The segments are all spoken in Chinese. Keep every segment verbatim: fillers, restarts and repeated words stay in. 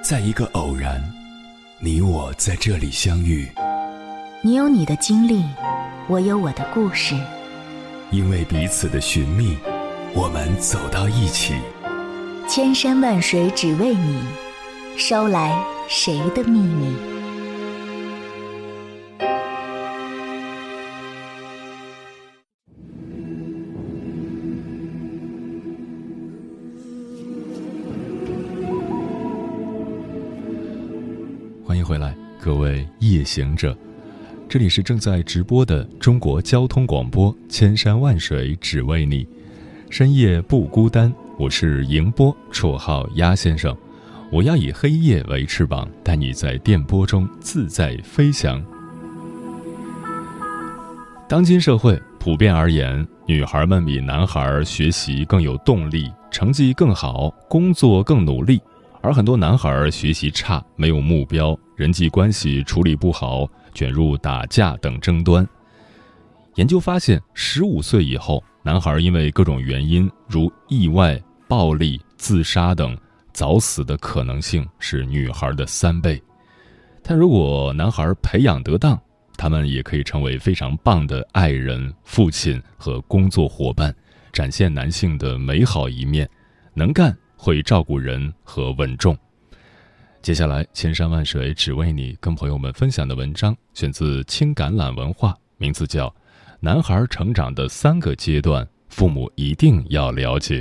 在一个偶然，你我在这里相遇。 你有你的经历，我有我的故事。 因为彼此的寻觅，我们走到一起。 千山万水只为你，捎来谁的秘密？ 欢迎回来，各位夜行者，这里是正在直播的中国交通广播，千山万水只为你，深夜不孤单。我是迎波，绰号鸭先生。我要以黑夜为翅膀，带你在电波中自在飞翔。当今社会普遍而言，女孩们比男孩学习更有动力，成绩更好，工作更努力。而很多男孩学习差，没有目标，人际关系处理不好，卷入打架等争端。研究发现，十五岁以后，男孩因为各种原因，如意外、暴力、自杀等，早死的可能性是女孩的三倍。但如果男孩培养得当，他们也可以成为非常棒的爱人、父亲和工作伙伴，展现男性的美好一面，能干，会照顾人和稳重。接下来，千山万水只为你跟朋友们分享的文章选自青橄榄文化，名字叫《男孩成长的三个阶段，父母一定要了解》。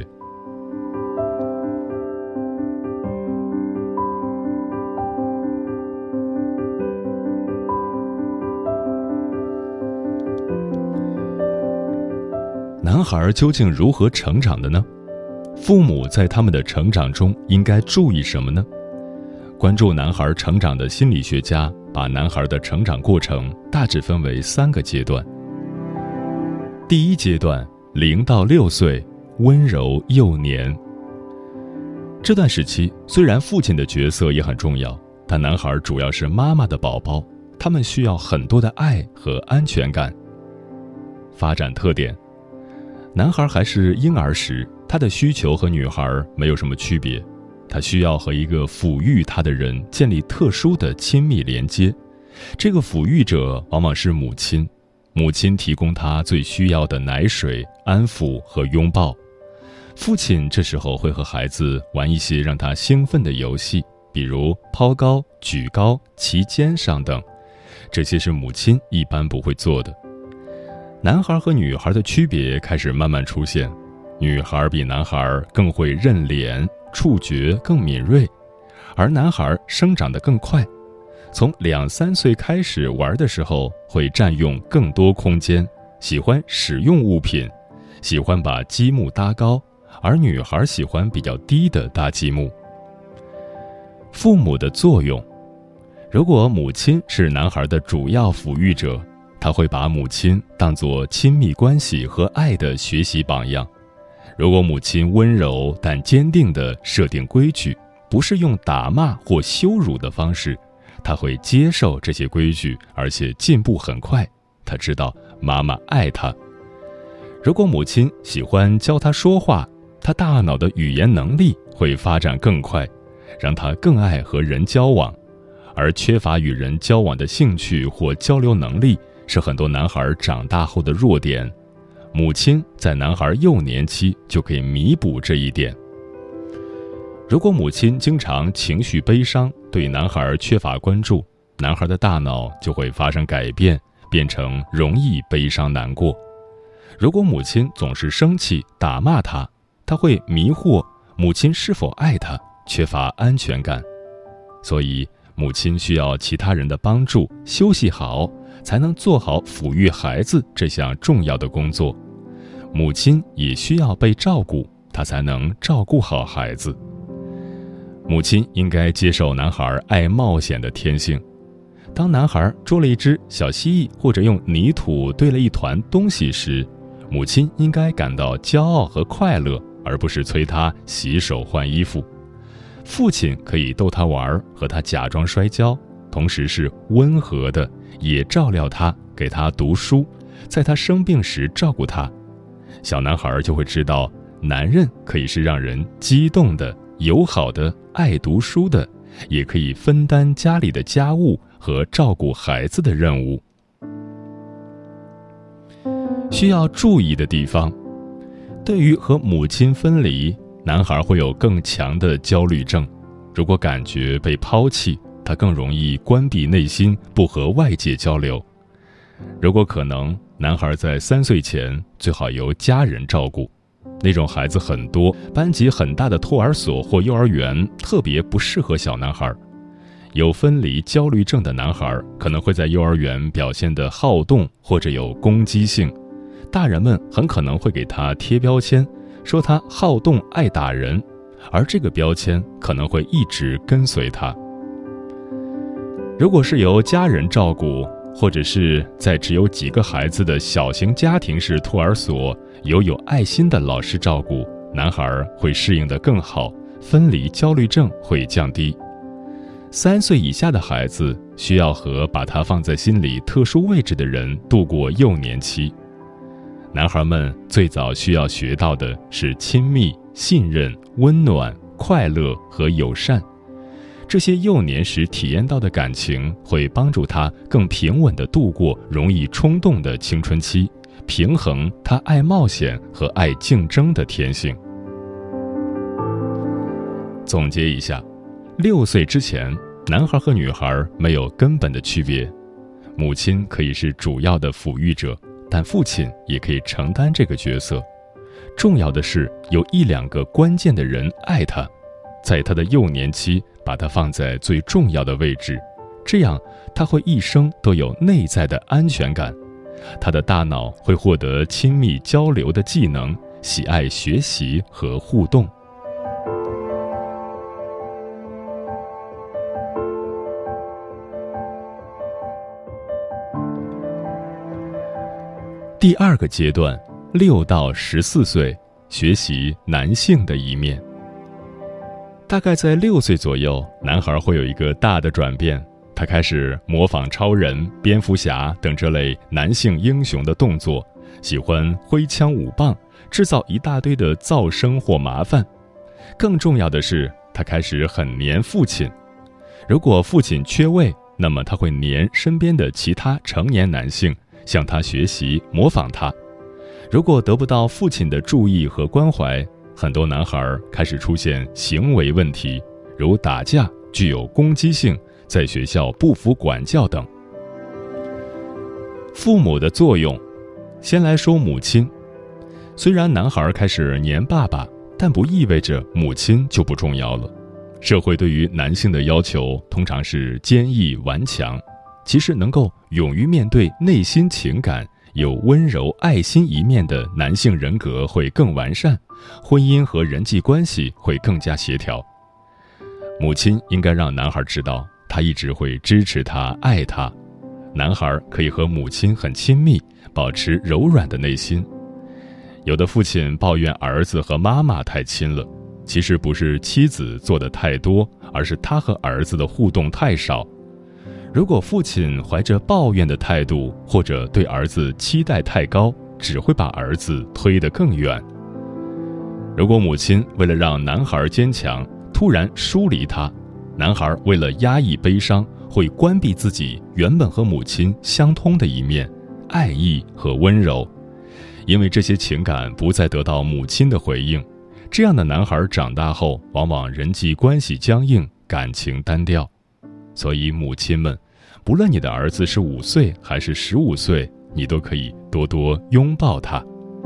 男孩究竟如何成长的呢？父母在他们的成长中应该注意什么呢？关注男孩成长的心理学家把男孩的成长过程大致分为三个阶段。第一阶段，零到六岁，温柔幼年。这段时期虽然父亲的角色也很重要，但男孩主要是妈妈的宝宝，他们需要很多的爱和安全感。发展特点，男孩还是婴儿时，他的需求和女孩没有什么区别，他需要和一个抚育他的人建立特殊的亲密连接，这个抚育者往往是母亲，母亲提供他最需要的奶水、安抚和拥抱。父亲这时候会和孩子玩一些让他兴奋的游戏，比如抛高、举高、骑肩上等，这些是母亲一般不会做的。男孩和女孩的区别开始慢慢出现，女孩比男孩更会认脸，触觉更敏锐，而男孩生长得更快，从两三岁开始玩的时候会占用更多空间，喜欢使用物品，喜欢把积木搭高，而女孩喜欢比较低的搭积木。父母的作用，如果母亲是男孩的主要抚育者，他会把母亲当作亲密关系和爱的学习榜样。如果母亲温柔但坚定地设定规矩，不是用打骂或羞辱的方式，他会接受这些规矩，而且进步很快。他知道妈妈爱他。如果母亲喜欢教他说话，他大脑的语言能力会发展更快，让他更爱和人交往。而缺乏与人交往的兴趣或交流能力，是很多男孩长大后的弱点。母亲在男孩幼年期就可以弥补这一点。如果母亲经常情绪悲伤，对男孩缺乏关注，男孩的大脑就会发生改变，变成容易悲伤难过。如果母亲总是生气打骂他，他会迷惑母亲是否爱他，缺乏安全感。所以母亲需要其他人的帮助，休息好，才能做好抚育孩子这项重要的工作。母亲也需要被照顾，她才能照顾好孩子。母亲应该接受男孩爱冒险的天性。当男孩捉了一只小蜥蜴，或者用泥土堆了一团东西时，母亲应该感到骄傲和快乐，而不是催他洗手换衣服。父亲可以逗他玩，和他假装摔跤，同时是温和的，也照料他，给他读书，在他生病时照顾他。小男孩就会知道，男人可以是让人激动的、友好的、爱读书的， 也可以分担家里的家务和照顾孩子的任务。需要注意的地方，对于和母亲分离，男孩会有更强的焦虑症。如果感觉被抛弃，他更容易关闭内心，不和外界交流。如果可能，男孩在三岁前最好由家人照顾。那种孩子很多、班级很大的托儿所或幼儿园特别不适合小男孩。有分离焦虑症的男孩可能会在幼儿园表现得好动或者有攻击性，大人们很可能会给他贴标签，说他好动爱打人，而这个标签可能会一直跟随他。如果是由家人照顾，或者是在只有几个孩子的小型家庭式托儿所，由有爱心的老师照顾，男孩会适应得更好，分离焦虑症会降低。三岁以下的孩子需要和把他放在心里特殊位置的人度过幼年期。男孩们最早需要学到的是亲密、信任、温暖、快乐和友善。这些幼年时体验到的感情会帮助他更平稳地度过容易冲动的青春期，平衡他爱冒险和爱竞争的天性。总结一下，六岁之前，男孩和女孩没有根本的区别。母亲可以是主要的抚育者，但父亲也可以承担这个角色。重要的是有一两个关键的人爱他，在他的幼年期把他放在最重要的位置，这样他会一生都有内在的安全感。他的大脑会获得亲密交流的技能，喜爱学习和互动。第二个阶段，六到十四岁，学习男性的一面。大概在六岁左右，男孩会有一个大的转变，他开始模仿超人、蝙蝠侠等这类男性英雄的动作，喜欢挥枪舞棒，制造一大堆的噪声或麻烦。更重要的是，他开始很黏父亲。如果父亲缺位，那么他会黏身边的其他成年男性，向他学习，模仿他。如果得不到父亲的注意和关怀，很多男孩开始出现行为问题，如打架、具有攻击性，在学校不服管教等。父母的作用，先来说母亲。虽然男孩开始黏爸爸，但不意味着母亲就不重要了。社会对于男性的要求通常是坚毅顽强，其实能够勇于面对内心情感，有温柔爱心一面的男性人格会更完善，婚姻和人际关系会更加协调。母亲应该让男孩知道，他一直会支持他、爱他。男孩可以和母亲很亲密，保持柔软的内心。有的父亲抱怨儿子和妈妈太亲了，其实不是妻子做的太多，而是他和儿子的互动太少。如果父亲怀着抱怨的态度，或者对儿子期待太高，只会把儿子推得更远。如果母亲为了让男孩坚强，突然疏离他，男孩为了压抑悲伤，会关闭自己原本和母亲相通的一面，爱意和温柔。因为这些情感不再得到母亲的回应，这样的男孩长大后往往人际关系僵硬，感情单调。所以母亲们，不论你的儿子是五岁还是十五岁，你都可以多多拥抱他。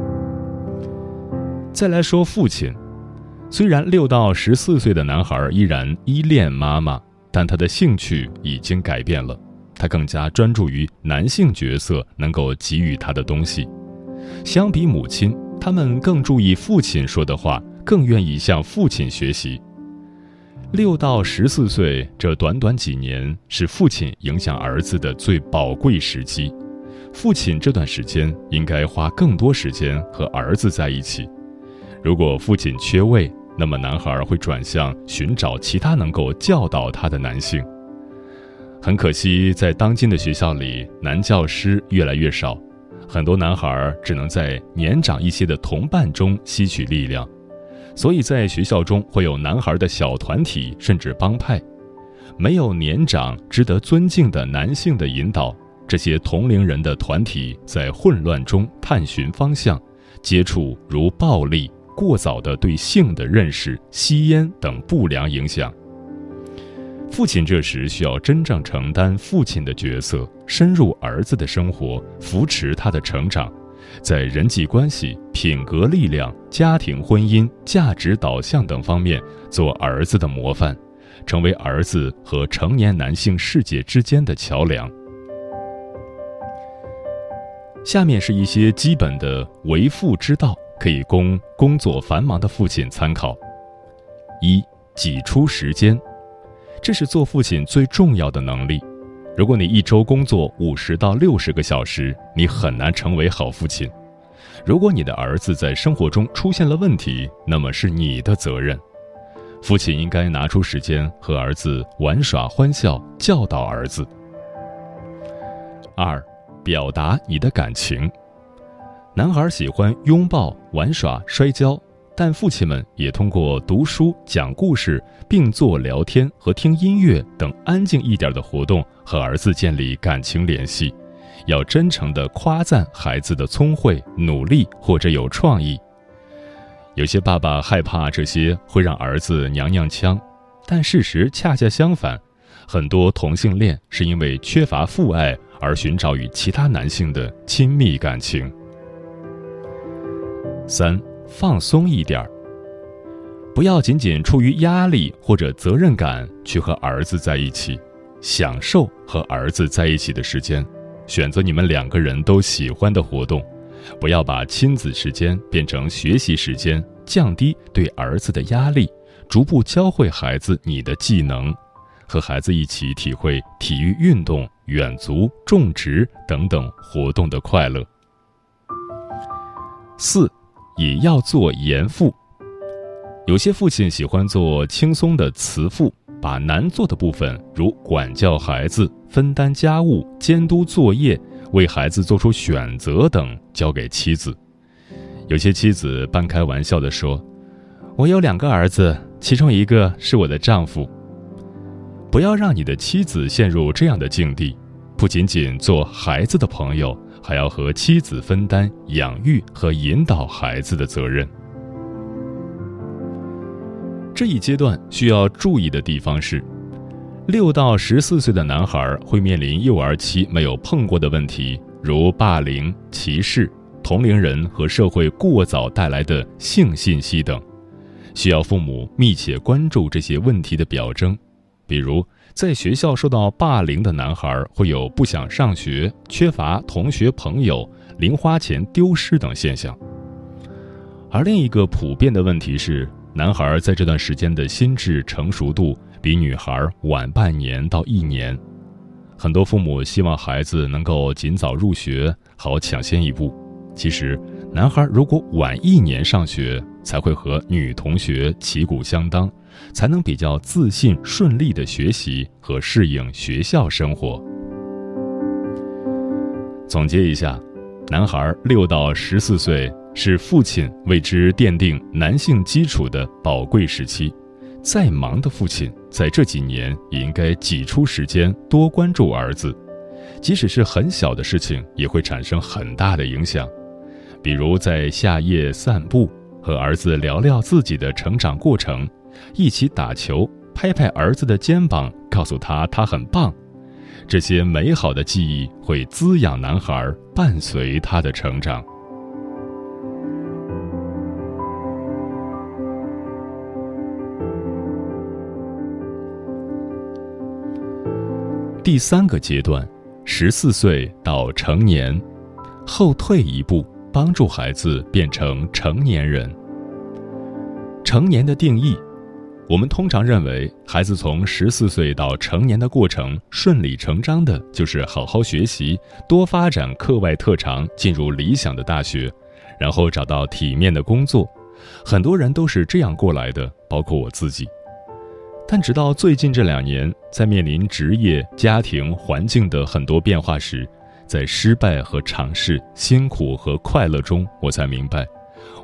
再来说父亲，虽然六到十四岁的男孩依然依恋妈妈，但他的兴趣已经改变了，他更加专注于男性角色能够给予他的东西。相比母亲，他们更注意父亲说的话，更愿意向父亲学习。六到十四岁这短短几年是父亲影响儿子的最宝贵时机，父亲这段时间应该花更多时间和儿子在一起。如果父亲缺位，那么男孩会转向寻找其他能够教导他的男性。很可惜，在当今的学校里，男教师越来越少，很多男孩只能在年长一些的同伴中吸取力量，所以在学校中会有男孩的小团体甚至帮派。 没有年长值得尊敬的男性的引导，这些同龄人的团体在混乱中探寻方向，接触如暴力、过早的对性的认识、吸烟等不良影响。父亲这时需要真正承担父亲的角色，深入儿子的生活，扶持他的成长，在人际关系、品格力量、家庭婚姻、价值导向等方面做儿子的模范，成为儿子和成年男性世界之间的桥梁。下面是一些基本的为父之道，可以供工作繁忙的父亲参考。一、挤出时间，这是做父亲最重要的能力。如果你一周工作五十到六十个小时，你很难成为好父亲。如果你的儿子在生活中出现了问题，那么是你的责任。父亲应该拿出时间和儿子玩耍欢笑，教导儿子。二、表达你的感情。男孩喜欢拥抱、玩耍、摔跤，但父亲们也通过读书、讲故事、并坐聊天和听音乐等安静一点的活动和儿子建立感情联系，要真诚地夸赞孩子的聪慧、努力或者有创意。有些爸爸害怕这些会让儿子娘娘腔，但事实恰恰相反，很多同性恋是因为缺乏父爱而寻找与其他男性的亲密感情。三、放松一点儿，不要仅仅出于压力或者责任感去和儿子在一起，享受和儿子在一起的时间，选择你们两个人都喜欢的活动，不要把亲子时间变成学习时间，降低对儿子的压力，逐步教会孩子你的技能，和孩子一起体会体育运动、远足、种植等等活动的快乐。四、也要做严父。有些父亲喜欢做轻松的慈父，把难做的部分，如管教孩子、分担家务、监督作业、为孩子做出选择等，交给妻子。有些妻子半开玩笑地说：“我有两个儿子，其中一个是我的丈夫。”不要让你的妻子陷入这样的境地，不仅仅做孩子的朋友，还要和妻子分担养育和引导孩子的责任。这一阶段需要注意的地方是，六到十四岁的男孩会面临幼儿期没有碰过的问题，如霸凌、歧视、同龄人和社会过早带来的性信息等，需要父母密切关注这些问题的表征。比如，在学校受到霸凌的男孩会有不想上学、缺乏同学朋友、零花钱丢失等现象。而另一个普遍的问题是，男孩在这段时间的心智成熟度比女孩晚半年到一年。很多父母希望孩子能够尽早入学，好抢先一步。其实，男孩如果晚一年上学，才会和女同学旗鼓相当，才能比较自信顺利地学习和适应学校生活。总结一下，男孩六到十四岁是父亲为之奠定男性基础的宝贵时期，再忙的父亲在这几年也应该挤出时间多关注儿子，即使是很小的事情也会产生很大的影响。比如在夏夜散步，和儿子聊聊自己的成长过程，一起打球，拍拍儿子的肩膀，告诉他他很棒。这些美好的记忆会滋养男孩，伴随他的成长。第三个阶段，十四岁到成年，后退一步，帮助孩子变成成年人。成年的定义，我们通常认为孩子从十四岁到成年的过程顺理成章的就是好好学习，多发展课外特长，进入理想的大学，然后找到体面的工作。很多人都是这样过来的，包括我自己。但直到最近这两年，在面临职业、家庭、环境的很多变化时，在失败和尝试、辛苦和快乐中，我才明白，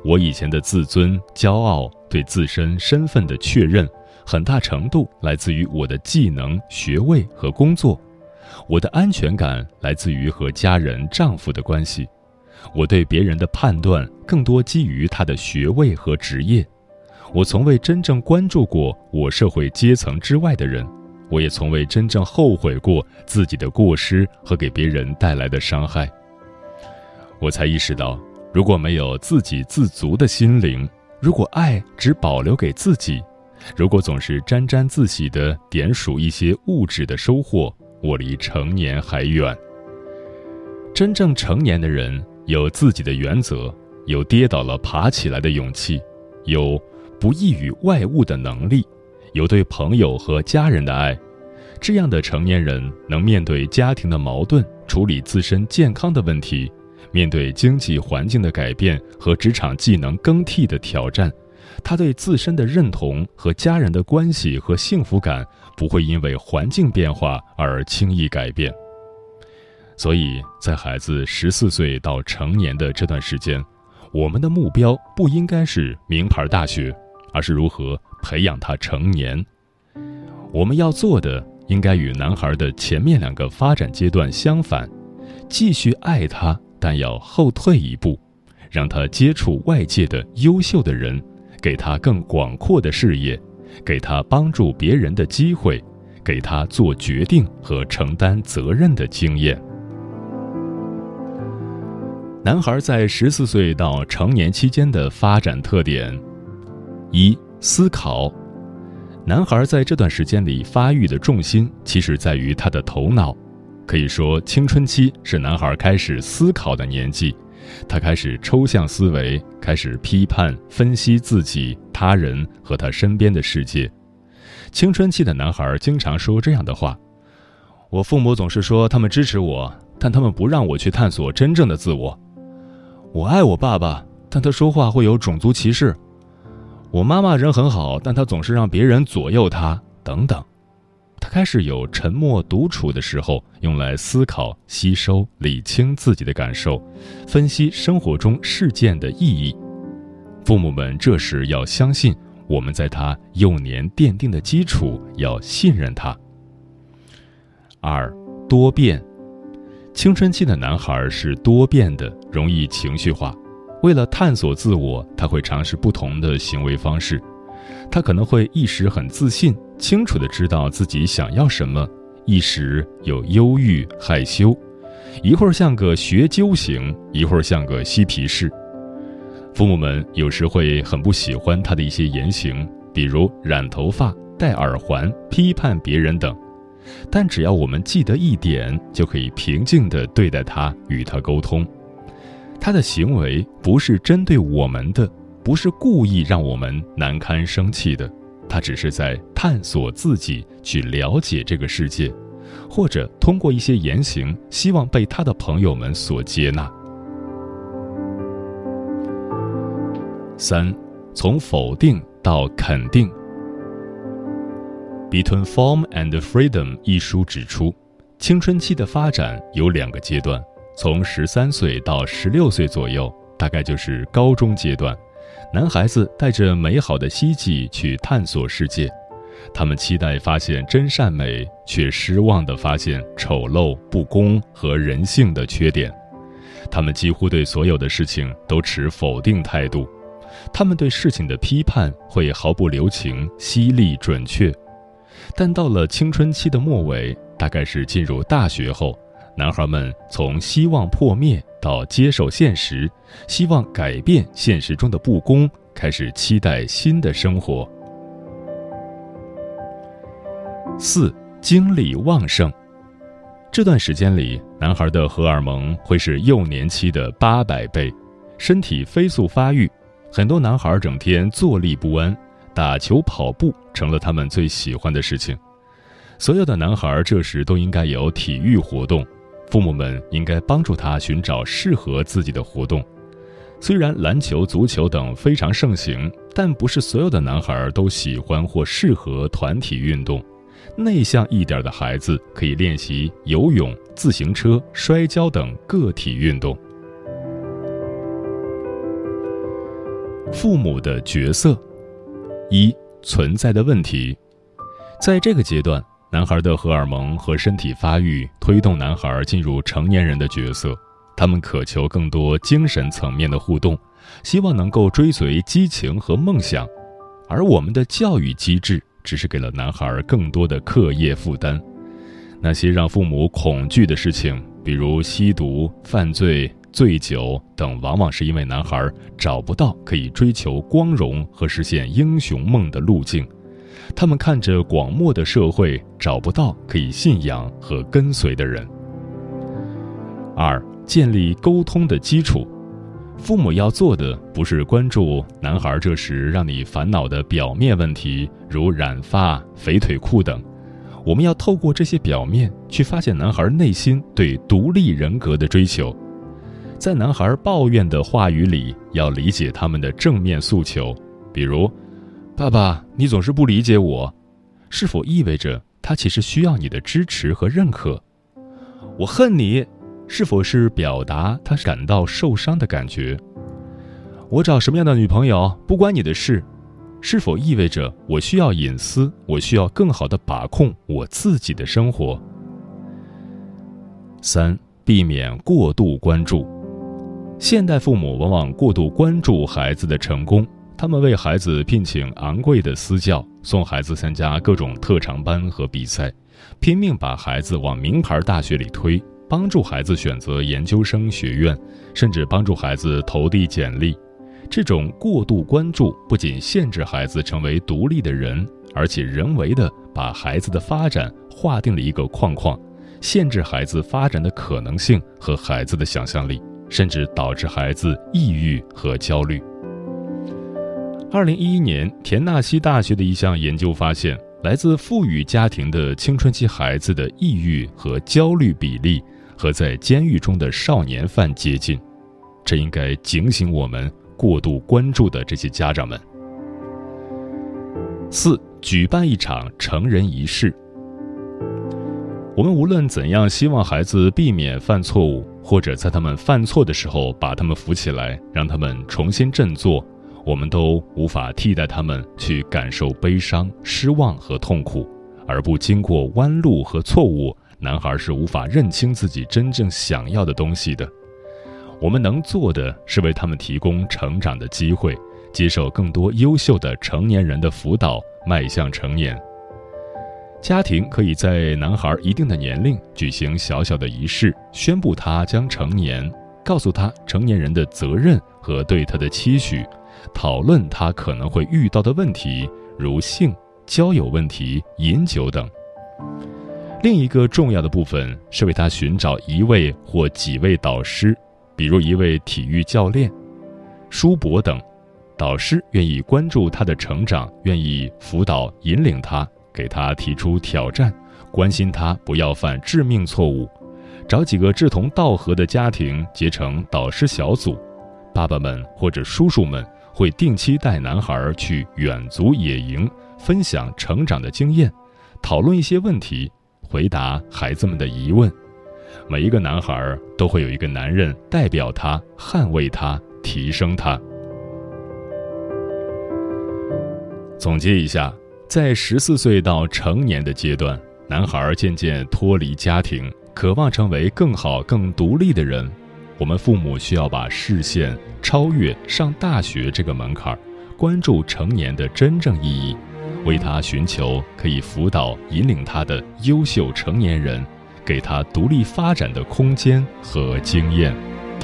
我以前的自尊、骄傲，对自身身份的确认，很大程度来自于我的技能、学位和工作。我的安全感来自于和家人、丈夫的关系。我对别人的判断更多基于他的学位和职业。我从未真正关注过我社会阶层之外的人，我也从未真正后悔过自己的过失和给别人带来的伤害。我才意识到，如果没有自给自足的心灵，如果爱只保留给自己，如果总是沾沾自喜地点数一些物质的收获，我离成年还远。真正成年的人有自己的原则，有跌倒了爬起来的勇气，有不异于外物的能力，有对朋友和家人的爱。这样的成年人能面对家庭的矛盾，处理自身健康的问题，面对经济环境的改变和职场技能更替的挑战，他对自身的认同和家人的关系和幸福感不会因为环境变化而轻易改变。所以在孩子十四岁到成年的这段时间，我们的目标不应该是名牌大学，而是如何培养他成年。我们要做的应该与男孩的前面两个发展阶段相反，继续爱他，但要后退一步，让他接触外界的优秀的人，给他更广阔的视野，给他帮助别人的机会，给他做决定和承担责任的经验。男孩在十四岁到成年期间的发展特点：一、思考。男孩在这段时间里发育的重心其实在于他的头脑，可以说青春期是男孩开始思考的年纪，他开始抽象思维，开始批判、分析自己、他人和他身边的世界。青春期的男孩经常说这样的话：我父母总是说他们支持我，但他们不让我去探索真正的自我。我爱我爸爸，但他说话会有种族歧视。我妈妈人很好，但她总是让别人左右她，等等。他开始有沉默独处的时候，用来思考、吸收、理清自己的感受，分析生活中事件的意义。父母们这时要相信，我们在他幼年奠定的基础，要信任他。二、多变。青春期的男孩是多变的，容易情绪化。为了探索自我，他会尝试不同的行为方式。他可能会一时很自信，清楚地知道自己想要什么，一时有忧郁、害羞，一会儿像个学究型，一会儿像个嬉皮士。父母们有时会很不喜欢他的一些言行，比如染头发、戴耳环、批判别人等。但只要我们记得一点，就可以平静地对待他，与他沟通。他的行为不是针对我们的，不是故意让我们难堪生气的，他只是在探索自己，去了解这个世界，或者通过一些言行，希望被他的朋友们所接纳。三、从否定到肯定。Between Form and Freedom 一书指出，青春期的发展有两个阶段，从十三岁到十六岁左右，大概就是高中阶段。男孩子带着美好的希冀去探索世界，他们期待发现真善美，却失望地发现丑陋、不公和人性的缺点。他们几乎对所有的事情都持否定态度，他们对事情的批判会毫不留情、犀利准确。但到了青春期的末尾，大概是进入大学后，男孩们从希望破灭到接受现实，希望改变现实中的不公，开始期待新的生活。四、精力旺盛。这段时间里，男孩的荷尔蒙会是幼年期的八百倍，身体飞速发育，很多男孩整天坐立不安，打球跑步成了他们最喜欢的事情。所有的男孩这时都应该有体育活动，父母们应该帮助他寻找适合自己的活动。虽然篮球、足球等非常盛行，但不是所有的男孩都喜欢或适合团体运动。内向一点的孩子可以练习游泳、自行车、摔跤等个体运动。 父母的角色。一、存在的问题。在这个阶段，男孩的荷尔蒙和身体发育推动男孩进入成年人的角色，他们渴求更多精神层面的互动，希望能够追随激情和梦想，而我们的教育机制只是给了男孩更多的课业负担。那些让父母恐惧的事情，比如吸毒、犯罪、醉酒等，往往是因为男孩找不到可以追求光荣和实现英雄梦的路径。他们看着广袤的社会，找不到可以信仰和跟随的人。二、建立沟通的基础。父母要做的不是关注男孩这时让你烦恼的表面问题，如染发、肥腿裤等，我们要透过这些表面去发现男孩内心对独立人格的追求。在男孩抱怨的话语里，要理解他们的正面诉求，比如爸爸，你总是不理解我，是否意味着他其实需要你的支持和认可？我恨你，是否是表达他感到受伤的感觉？我找什么样的女朋友不关你的事，是否意味着我需要隐私，我需要更好地把控我自己的生活？三、避免过度关注。现代父母往往过度关注孩子的成功，他们为孩子聘请昂贵的私教，送孩子参加各种特长班和比赛，拼命把孩子往名牌大学里推，帮助孩子选择研究生学院，甚至帮助孩子投递简历。这种过度关注不仅限制孩子成为独立的人，而且人为地把孩子的发展划定了一个框框，限制孩子发展的可能性和孩子的想象力，甚至导致孩子抑郁和焦虑。二零一一年，田纳西大学的一项研究发现，来自富裕家庭的青春期孩子的抑郁和焦虑比例和在监狱中的少年犯接近，这应该警醒我们过度关注的这些家长们。四、举办一场成人仪式。我们无论怎样希望孩子避免犯错误，或者在他们犯错的时候把他们扶起来，让他们重新振作，我们都无法替代他们去感受悲伤、失望和痛苦，而不经过弯路和错误，男孩是无法认清自己真正想要的东西的。我们能做的是为他们提供成长的机会，接受更多优秀的成年人的辅导，迈向成年。家庭可以在男孩一定的年龄举行小小的仪式，宣布他将成年，告诉他成年人的责任和对他的期许，讨论他可能会遇到的问题，如性、交友问题、饮酒等。另一个重要的部分是为他寻找一位或几位导师，比如一位体育教练、书博等，导师愿意关注他的成长，愿意辅导引领他，给他提出挑战，关心他不要犯致命错误。找几个志同道合的家庭结成导师小组，爸爸们或者叔叔们会定期带男孩去远足野营，分享成长的经验，讨论一些问题，回答孩子们的疑问。每一个男孩都会有一个男人代表他，捍卫他，提升他。总结一下，在十四岁到成年的阶段，男孩渐渐脱离家庭，渴望成为更好更独立的人。我们父母需要把视线超越上大学这个门槛，关注成年的真正意义，为他寻求可以辅导引领他的优秀成年人，给他独立发展的空间和经验。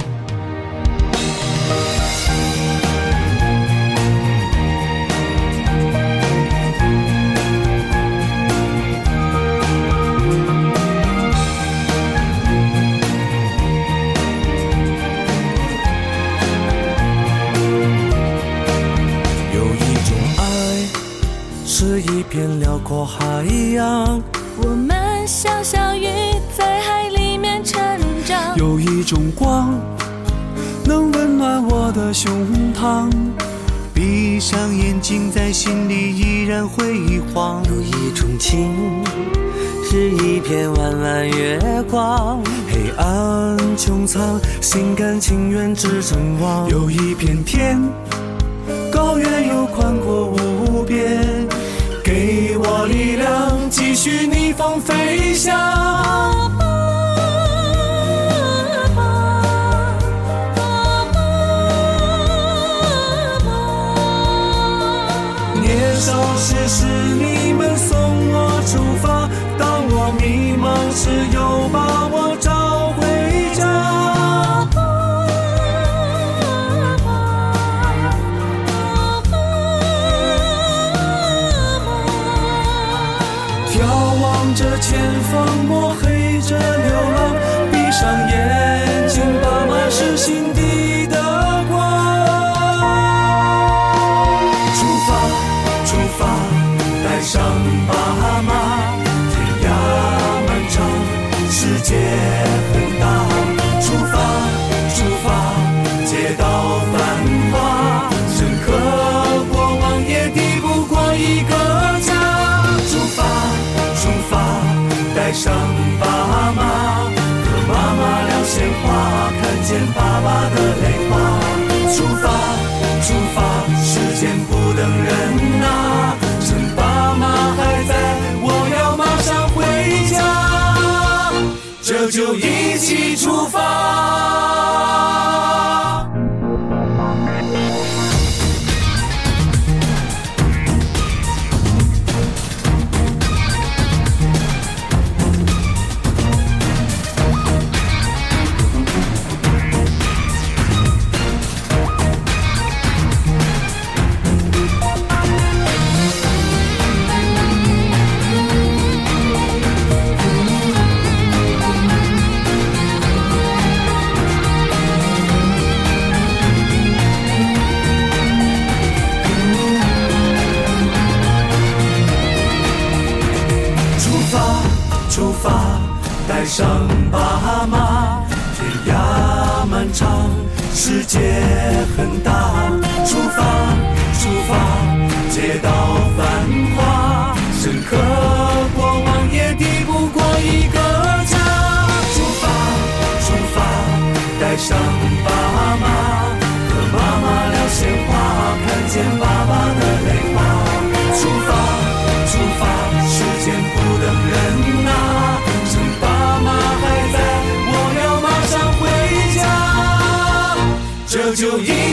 是一片辽阔海洋， 我们小小鱼在海里面成长。 有一种光能温暖我的胸膛，闭上眼睛在心里依然辉煌。 有一种情是一片弯弯月光， 黑暗穹苍，心甘情愿只争望。有一片天高原又宽阔无边，给我力量继续逆风飞翔。年少时是你们送我出发，当我迷茫时又把我找回家。眺望着前方，抹黑着流浪，闭上眼睛，爸妈是心底的光。出发，出发，带上爸妈，天涯漫长，世界很大。出发，出发，街道繁华，深刻过往也抵不过一个家。出发，出发，带上爸妈，和妈妈聊闲话，看见爸爸的泪花。出发，出发，时间不等人啊，趁爸妈还在，我要马上回家，这就一起出发。出发，带上爸妈，天涯漫长，世界很大。出发，出发，街道繁华，深刻过往也抵不过一个家。出发，出发，带上爸妈，和妈妈聊闲话，看见爸爸的泪花。出发，出发，时间不等人啊，趁爸妈还在，我要马上回家，这就一